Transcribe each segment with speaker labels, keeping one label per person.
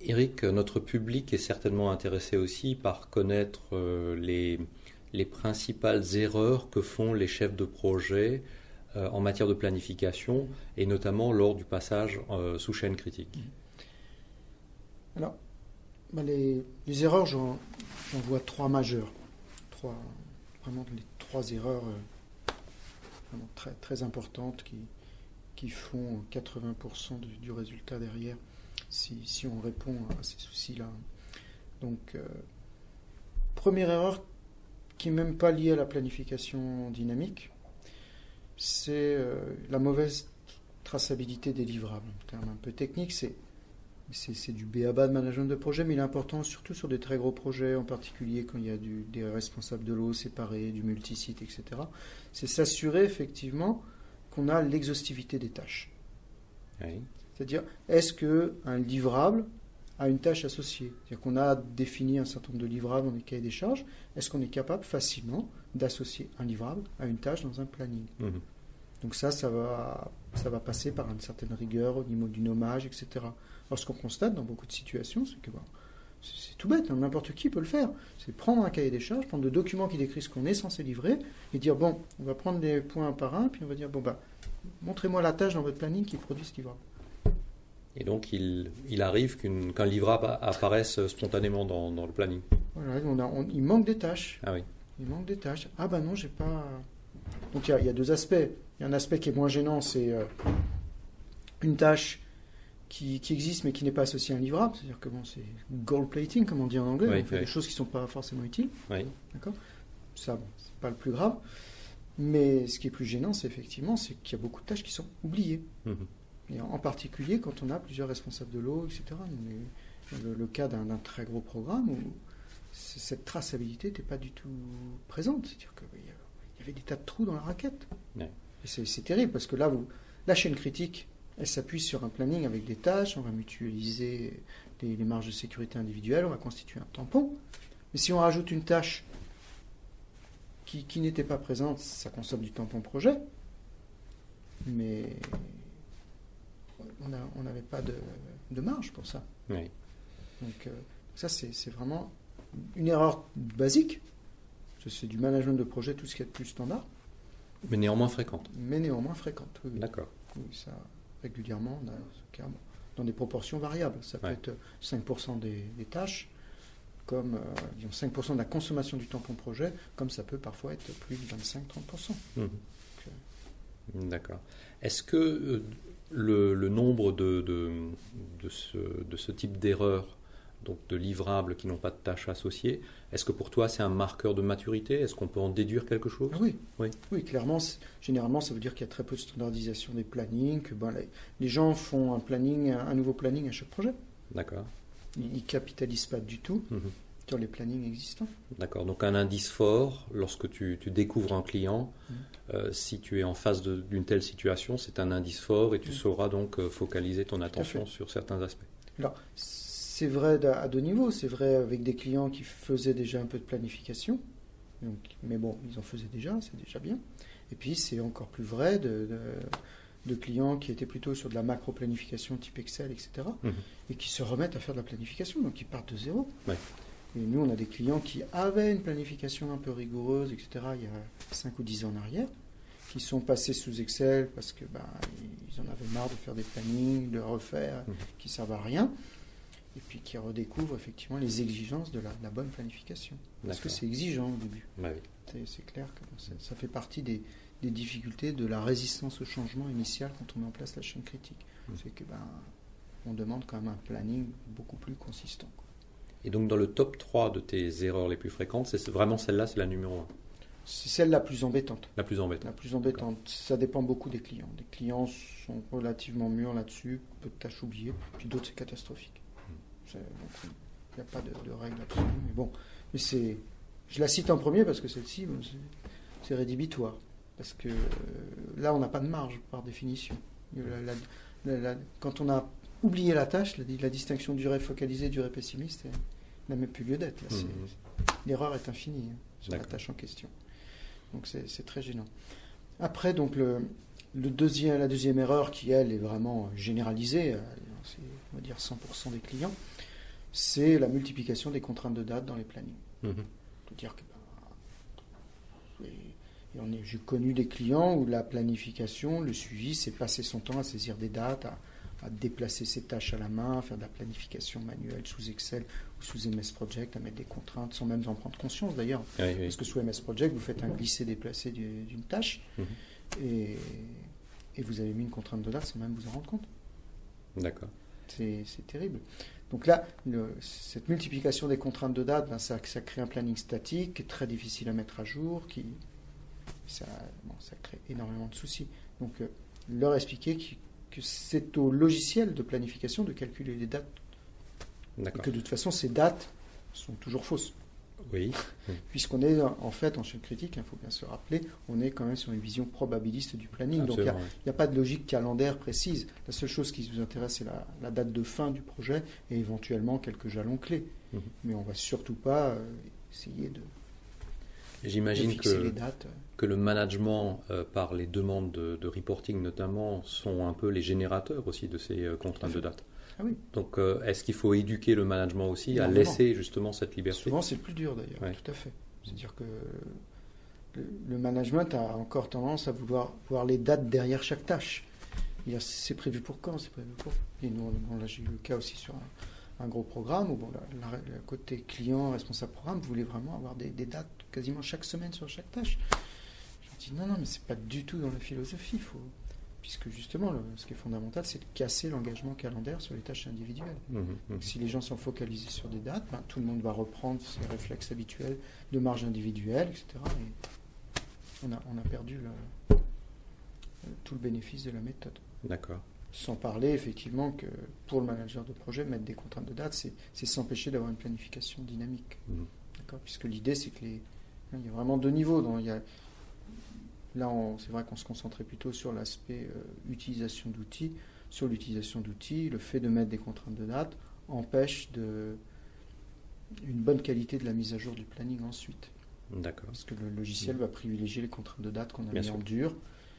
Speaker 1: Eric, notre public est certainement intéressé aussi par connaître les principales erreurs que font les chefs de projet en matière de planification et notamment lors du passage sous chaîne critique.
Speaker 2: Alors, les erreurs, j'en vois trois majeures. Vraiment les trois erreurs vraiment très, très importantes qui font 80% du résultat derrière si on répond à ces soucis-là. Donc, première erreur qui n'est même pas liée à la planification dynamique, c'est la mauvaise traçabilité des livrables. Un terme un peu technique, c'est du b.a.-ba de management de projet, mais il est important surtout sur des très gros projets, en particulier quand il y a des responsables de l'eau séparés, du multisite, etc. C'est s'assurer effectivement qu'on a l'exhaustivité des tâches.
Speaker 1: Oui.
Speaker 2: C'est-à-dire, est-ce qu'un livrable a une tâche associée? C'est-à-dire qu'on a défini un certain nombre de livrables dans les cahiers des charges. Est-ce qu'on est capable facilement d'associer un livrable à une tâche dans un planning? Donc ça va passer par une certaine rigueur au niveau du nommage, etc. Alors ce qu'on constate dans beaucoup de situations, c'est que c'est tout bête, n'importe qui peut le faire. C'est prendre un cahier des charges, prendre le document qui décrit ce qu'on est censé livrer, et dire, on va prendre les points un par un, puis on va dire, montrez-moi la tâche dans votre planning qui produit ce livrable.
Speaker 1: Et donc, il arrive qu'un livrable apparaisse spontanément dans le planning.
Speaker 2: Voilà, il manque des tâches.
Speaker 1: Ah oui.
Speaker 2: Il manque des tâches. Ah non, j'ai pas... Donc, il y a deux aspects. Il y a un aspect qui est moins gênant, c'est une tâche qui existe, mais qui n'est pas associée à un livrable. C'est-à-dire que c'est gold plating, comme on dit en anglais.
Speaker 1: Oui,
Speaker 2: on fait des choses qui ne sont pas forcément utiles.
Speaker 1: Oui.
Speaker 2: D'accord. Ça, c'est pas le plus grave. Mais ce qui est plus gênant, c'est qu'il y a beaucoup de tâches qui sont oubliées. Et en particulier quand on a plusieurs responsables de l'eau, etc. Le cas d'un très gros programme où cette traçabilité n'était pas du tout présente. C'est-à-dire qu'il y avait des tas de trous dans la raquette.
Speaker 1: Ouais.
Speaker 2: Et c'est terrible parce que là, la chaîne critique, elle s'appuie sur un planning avec des tâches, on va mutualiser les marges de sécurité individuelles, on va constituer un tampon. Mais si on rajoute une tâche qui n'était pas présente, ça consomme du tampon projet. Mais on n'avait pas de marge pour ça.
Speaker 1: Oui.
Speaker 2: Donc ça, c'est vraiment une erreur basique. C'est du management de projet, tout ce qui est de plus standard.
Speaker 1: Mais néanmoins fréquente.
Speaker 2: Oui.
Speaker 1: D'accord.
Speaker 2: Oui, ça, régulièrement, on a ce cas, dans des proportions variables. Ça peut être 5% des tâches, comme 5% de la consommation du tampon projet, comme ça peut parfois être plus de 25-30%.
Speaker 1: D'accord. Est-ce que le nombre de ce type d'erreurs, donc de livrables qui n'ont pas de tâches associées, est-ce que pour toi c'est un marqueur de maturité? Est-ce qu'on peut en déduire quelque chose?
Speaker 2: Oui, clairement. Généralement, ça veut dire qu'il y a très peu de standardisation des plannings, que les gens font un nouveau planning à chaque projet.
Speaker 1: D'accord.
Speaker 2: Ils ne capitalisent pas du tout sur les plannings existants.
Speaker 1: D'accord. Donc un indice fort, lorsque tu découvres un client, si tu es en face d'une telle situation, c'est un indice fort et tu sauras donc focaliser ton attention sur certains aspects.
Speaker 2: Alors, c'est vrai à deux niveaux. C'est vrai avec des clients qui faisaient déjà un peu de planification. Mais ils en faisaient déjà, c'est déjà bien. Et puis, c'est encore plus vrai de clients qui étaient plutôt sur de la macro-planification type Excel, etc. Et qui se remettent à faire de la planification, donc ils partent de zéro.
Speaker 1: Ouais.
Speaker 2: Et nous, on a des clients qui avaient une planification un peu rigoureuse, etc., il y a 5 ou 10 ans en arrière, qui sont passés sous Excel parce que ils en avaient marre de faire des plannings, de refaire, qui ne servent à rien. Et puis qui redécouvrent effectivement les exigences de la bonne planification. Parce que c'est exigeant au début.
Speaker 1: Bah oui.
Speaker 2: C'est clair que ça fait partie des difficultés de la résistance au changement initial quand on met en place la chaîne critique. C'est que on demande quand même un planning beaucoup plus consistant.
Speaker 1: Et donc dans le top 3 de tes erreurs les plus fréquentes, c'est vraiment celle-là, c'est la numéro 1?
Speaker 2: C'est celle la plus embêtante.
Speaker 1: La plus embêtante.
Speaker 2: La plus embêtante. Ça dépend beaucoup des clients. Des clients sont relativement mûrs là-dessus, peu de tâches oubliées, puis d'autres c'est catastrophique. Il n'y a pas de règle absolue. Mais je la cite en premier parce que celle-ci, c'est rédhibitoire. Parce que là, on n'a pas de marge par définition. Quand on a oublié la tâche, la distinction durée focalisée, durée pessimiste, elle n'a même plus lieu d'être. L'erreur est infinie sur la tâche en question. Donc c'est très gênant. Après, donc la deuxième erreur qui, elle, est vraiment généralisée, c'est, on va dire, 100% des clients, c'est la multiplication des contraintes de date dans les plannings.
Speaker 1: Mhm.
Speaker 2: C'est-à-dire que j'ai connu des clients où la planification, le suivi, c'est passer son temps à saisir des dates, à déplacer ses tâches à la main, à faire de la planification manuelle sous Excel ou sous MS Project, à mettre des contraintes sans même en prendre conscience d'ailleurs.
Speaker 1: Oui, oui.
Speaker 2: Parce que sous MS Project, vous faites un glisser-déplacer d'une tâche et vous avez mis une contrainte de date sans même vous en rendre compte.
Speaker 1: D'accord.
Speaker 2: C'est terrible. Donc là, cette multiplication des contraintes de date, ça crée un planning statique qui est très difficile à mettre à jour, ça crée énormément de soucis. Donc leur expliquer que c'est au logiciel de planification de calculer les dates.
Speaker 1: D'accord.
Speaker 2: Et que de toute façon, ces dates sont toujours fausses.
Speaker 1: Oui.
Speaker 2: Puisqu'on est en fait en chaîne critique, il faut bien se rappeler, on est quand même sur une vision probabiliste du planning.
Speaker 1: Absolument,
Speaker 2: donc il n'y a pas de logique calendaire précise. La seule chose qui vous intéresse, c'est la date de fin du projet et éventuellement quelques jalons clés. Mais on ne va surtout pas essayer de
Speaker 1: J'imagine
Speaker 2: fixer les dates.
Speaker 1: Que le management, par les demandes de reporting notamment, sont un peu les générateurs aussi de ces contraintes de date.
Speaker 2: Ah oui.
Speaker 1: Donc, est-ce qu'il faut éduquer le management aussi à
Speaker 2: Non.
Speaker 1: laisser justement cette liberté?
Speaker 2: Souvent, c'est le plus dur d'ailleurs,
Speaker 1: Ouais.
Speaker 2: tout à fait. C'est-à-dire que le management a encore tendance à vouloir voir les dates derrière chaque tâche. C'est prévu pour quand? C'est prévu pour. Et nous, là, j'ai eu le cas aussi sur un gros programme où le côté client, responsable programme, voulait vraiment avoir des dates quasiment chaque semaine sur chaque tâche. Je dis non, mais c'est pas du tout dans la philosophie. Puisque justement, ce qui est fondamental, c'est de casser l'engagement calendaire sur les tâches individuelles. Donc, si les gens sont focalisés sur des dates, tout le monde va reprendre ses réflexes habituels de marge individuelle, etc. Et on a perdu tout le bénéfice de la méthode.
Speaker 1: D'accord.
Speaker 2: Sans parler effectivement que pour le manager de projet, mettre des contraintes de date, c'est s'empêcher d'avoir une planification dynamique. D'accord. Puisque l'idée, c'est que il y a vraiment deux niveaux. Là, c'est vrai qu'on se concentrait plutôt sur l'aspect utilisation d'outils. Sur l'utilisation d'outils, le fait de mettre des contraintes de date empêche une bonne qualité de la mise à jour du planning ensuite.
Speaker 1: D'accord.
Speaker 2: Parce que le logiciel va privilégier les contraintes de date qu'on a
Speaker 1: Bien
Speaker 2: mis
Speaker 1: sûr.
Speaker 2: en dur.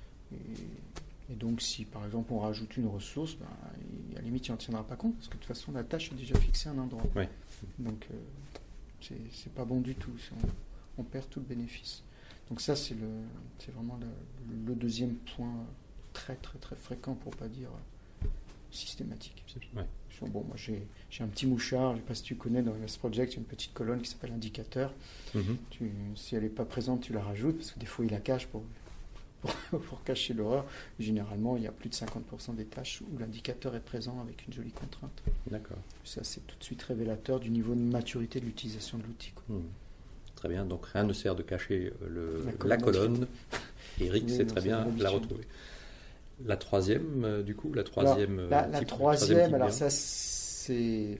Speaker 2: Et donc, si par exemple on rajoute une ressource, à la limite, il n'en tiendra pas compte, parce que de toute façon, la tâche est déjà fixée à un endroit.
Speaker 1: Ouais.
Speaker 2: Donc, c'est pas bon du tout. On perd tout le bénéfice. Donc ça, c'est vraiment le deuxième point très très très fréquent, pour pas dire systématique.
Speaker 1: Ouais.
Speaker 2: Bon, moi j'ai un petit mouchard, je ne sais pas si tu connais, dans MS Project, il y a une petite colonne qui s'appelle indicateur. Si elle n'est pas présente, tu la rajoutes, parce que des fois il la cache pour cacher l'erreur. Généralement, il y a plus de 50% des tâches où l'indicateur est présent avec une jolie contrainte.
Speaker 1: D'accord.
Speaker 2: Ça, c'est tout de suite révélateur du niveau de maturité de l'utilisation de l'outil.
Speaker 1: Très bien, donc rien ne sert de cacher la
Speaker 2: colonne.
Speaker 1: colonne. Eric
Speaker 2: Oui,
Speaker 1: sait
Speaker 2: non,
Speaker 1: très
Speaker 2: c'est
Speaker 1: bien
Speaker 2: l'habitude.
Speaker 1: la retrouver. La troisième, du coup, la troisième.
Speaker 2: La troisième,
Speaker 1: type
Speaker 2: alors
Speaker 1: d'erreur.
Speaker 2: ça, c'est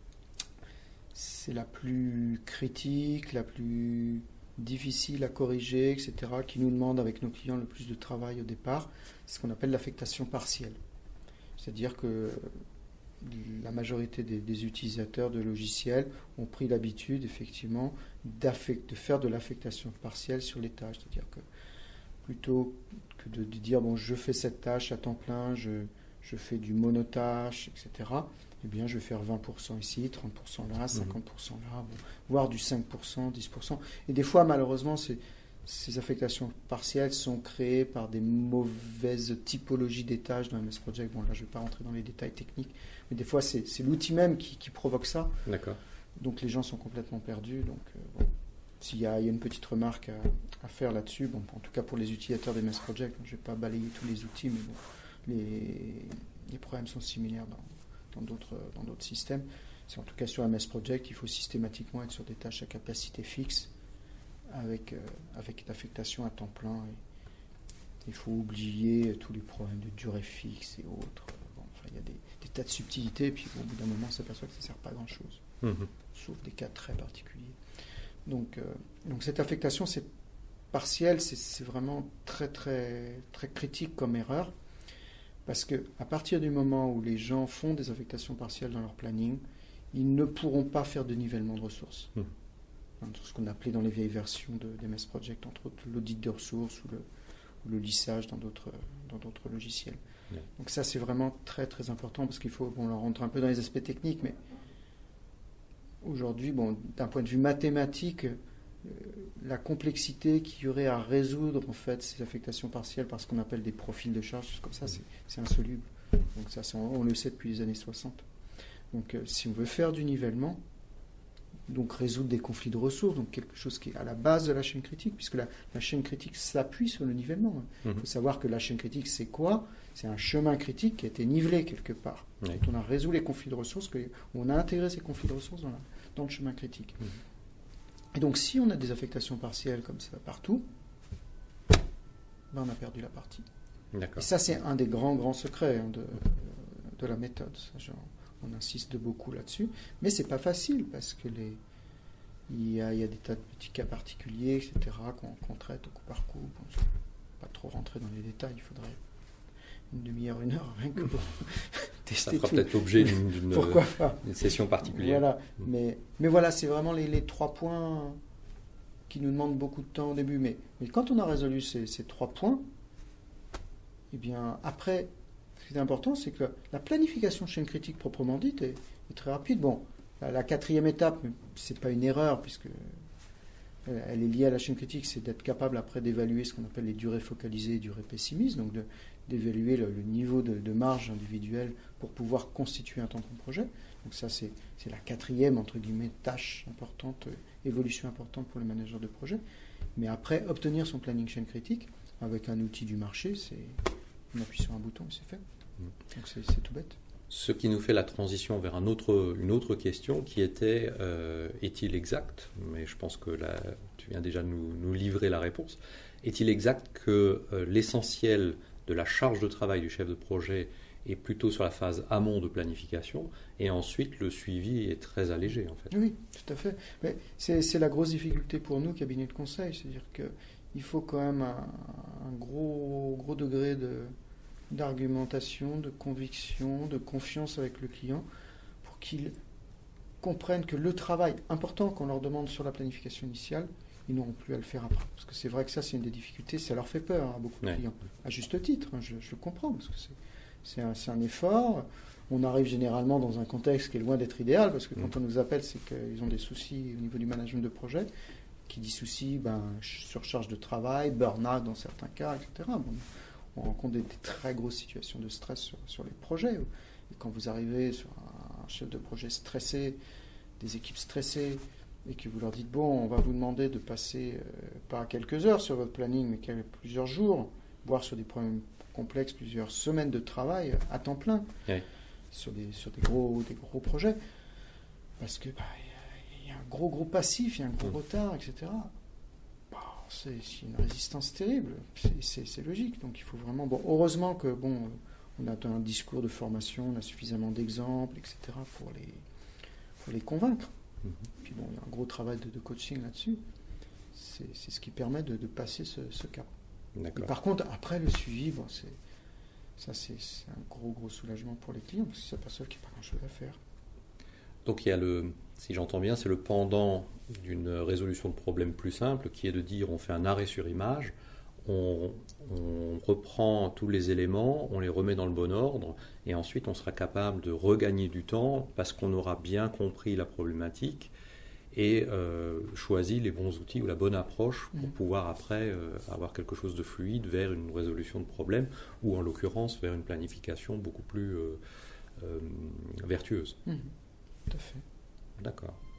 Speaker 2: la plus critique, la plus difficile à corriger, etc., qui nous demande avec nos clients le plus de travail au départ, c'est ce qu'on appelle l'affectation partielle. C'est-à-dire que la majorité des utilisateurs de logiciels ont pris l'habitude, effectivement, de faire de l'affectation partielle sur les tâches. C'est-à-dire que plutôt que de dire, bon, je fais cette tâche à temps plein, je fais du monotâche, etc., eh bien, je vais faire 20% ici, 30% là, 50% là, voire du 5%, 10%. Et des fois, malheureusement, ces affectations partielles sont créées par des mauvaises typologies des tâches dans MS Project. Bon, là, je ne vais pas rentrer dans les détails techniques, mais des fois, c'est l'outil même qui provoque ça.
Speaker 1: D'accord.
Speaker 2: Donc, les gens sont complètement perdus. Donc, s'il y a une petite remarque à faire là-dessus, bon, en tout cas pour les utilisateurs des MS Project, je ne vais pas balayer tous les outils, mais bon, les problèmes sont similaires dans d'autres systèmes. C'est en tout cas sur MS Project, il faut systématiquement être sur des tâches à capacité fixe, avec l'affectation à temps plein. Il faut oublier tous les problèmes de durée fixe et autres. Il y a des tas de subtilités, et puis au bout d'un moment, on s'aperçoit que ça ne sert pas à grand-chose, sauf des cas très particuliers. Donc cette affectation partielle, c'est vraiment très, très, très critique comme erreur, parce qu'à partir du moment où les gens font des affectations partielles dans leur planning, ils ne pourront pas faire de nivellement de ressources. Ce qu'on appelait dans les vieilles versions d'MS Project, entre autres l'audit de ressources ou le lissage dans d'autres logiciels. Donc ça, c'est vraiment très très important, parce qu'il faut, on rentre un peu dans les aspects techniques, mais aujourd'hui, bon, d'un point de vue mathématique, la complexité qu'il y aurait à résoudre en fait ces affectations partielles par ce qu'on appelle des profils de charge, comme ça, c'est insoluble. Donc ça, on le sait depuis les années 60. Donc si on veut faire du nivellement, donc résoudre des conflits de ressources, donc quelque chose qui est à la base de la chaîne critique, puisque la chaîne critique s'appuie sur le nivellement. Il faut savoir que la chaîne critique, c'est quoi? C'est un chemin critique qui a été nivelé quelque part.
Speaker 1: Oui.
Speaker 2: Quand on a résolu les conflits de ressources, on a intégré ces conflits de ressources dans le chemin critique. Et donc si on a des affectations partielles comme ça partout, ben, on a perdu la partie.
Speaker 1: D'accord.
Speaker 2: Et ça, c'est un des grands secrets de la méthode. Ça, on insiste beaucoup là-dessus. Mais c'est pas facile parce que il y a des tas de petits cas particuliers, etc., qu'on traite au coup par coup. Bon, je ne vais pas trop rentrer dans les détails, il faudrait une demi-heure, une heure, rien que pour tester.
Speaker 1: Ça fera
Speaker 2: tout.
Speaker 1: peut-être l'objet d'une session particulière.
Speaker 2: Voilà. Mais voilà, c'est vraiment les 3 points qui nous demandent beaucoup de temps au début. Mais quand on a résolu ces 3 points, eh bien, après, ce qui est important, c'est que la planification chaîne critique proprement dite est très rapide. Bon, la 4e étape, c'est pas une erreur, puisque elle est liée à la chaîne critique, c'est d'être capable après d'évaluer ce qu'on appelle les durées focalisées et durées pessimistes, donc d'évaluer le niveau de marge individuelle pour pouvoir constituer un tampon projet. Donc ça, c'est la 4e, entre guillemets, tâche importante, évolution importante pour le manager de projet. Mais après, obtenir son planning chaîne critique avec un outil du marché, on appuie sur un bouton et c'est fait. Donc c'est tout bête.
Speaker 1: Ce qui nous fait la transition vers une autre question qui était est-il exact, mais je pense que là tu viens déjà nous livrer la réponse, est-il exact que l'essentiel de la charge de travail du chef de projet est plutôt sur la phase amont de planification et ensuite le suivi est très allégé en fait?
Speaker 2: Oui, tout à fait. Mais c'est la grosse difficulté pour nous, cabinet de conseil, c'est-à-dire qu'il faut quand même un gros degré d'argumentation, de conviction, de confiance avec le client pour qu'ils comprennent que le travail important qu'on leur demande sur la planification initiale, ils n'auront plus à le faire après. Parce que c'est vrai que ça, c'est une des difficultés, ça leur fait peur à beaucoup de clients. À juste titre, je le comprends, parce que c'est un effort. On arrive généralement dans un contexte qui est loin d'être idéal, parce que quand on nous appelle, c'est qu'ils ont des soucis au niveau du management de projet. Qui dit soucis, surcharge de travail, burn-out dans certains cas, etc. Bon, on rencontre des très grosses situations de stress sur les projets. Et quand vous arrivez sur un chef de projet stressé, des équipes stressées, et que vous leur dites, bon, on va vous demander de passer pas quelques heures sur votre planning, mais plusieurs jours, voire sur des problèmes complexes, plusieurs semaines de travail à temps plein, sur des gros projets, parce que il y a un gros passif, il y a un gros retard, etc. C'est une résistance terrible, c'est logique. Donc il faut vraiment... Bon, heureusement que on a un discours de formation, on a suffisamment d'exemples, etc. pour les convaincre. Puis bon, il y a un gros travail de coaching là-dessus. C'est ce qui permet de passer ce cap. Et par contre, après le suivi, c'est un gros soulagement pour les clients, parce qu'ils s'aperçoivent qu'il n'y a pas grand-chose à faire.
Speaker 1: Donc il y a si j'entends bien, c'est le pendant d'une résolution de problème plus simple, qui est de dire on fait un arrêt sur image, on reprend tous les éléments, on les remet dans le bon ordre, et ensuite on sera capable de regagner du temps parce qu'on aura bien compris la problématique et choisi les bons outils ou la bonne approche pour pouvoir après avoir quelque chose de fluide vers une résolution de problème, ou en l'occurrence vers une planification beaucoup plus vertueuse.
Speaker 2: Tout à fait.
Speaker 1: D'accord.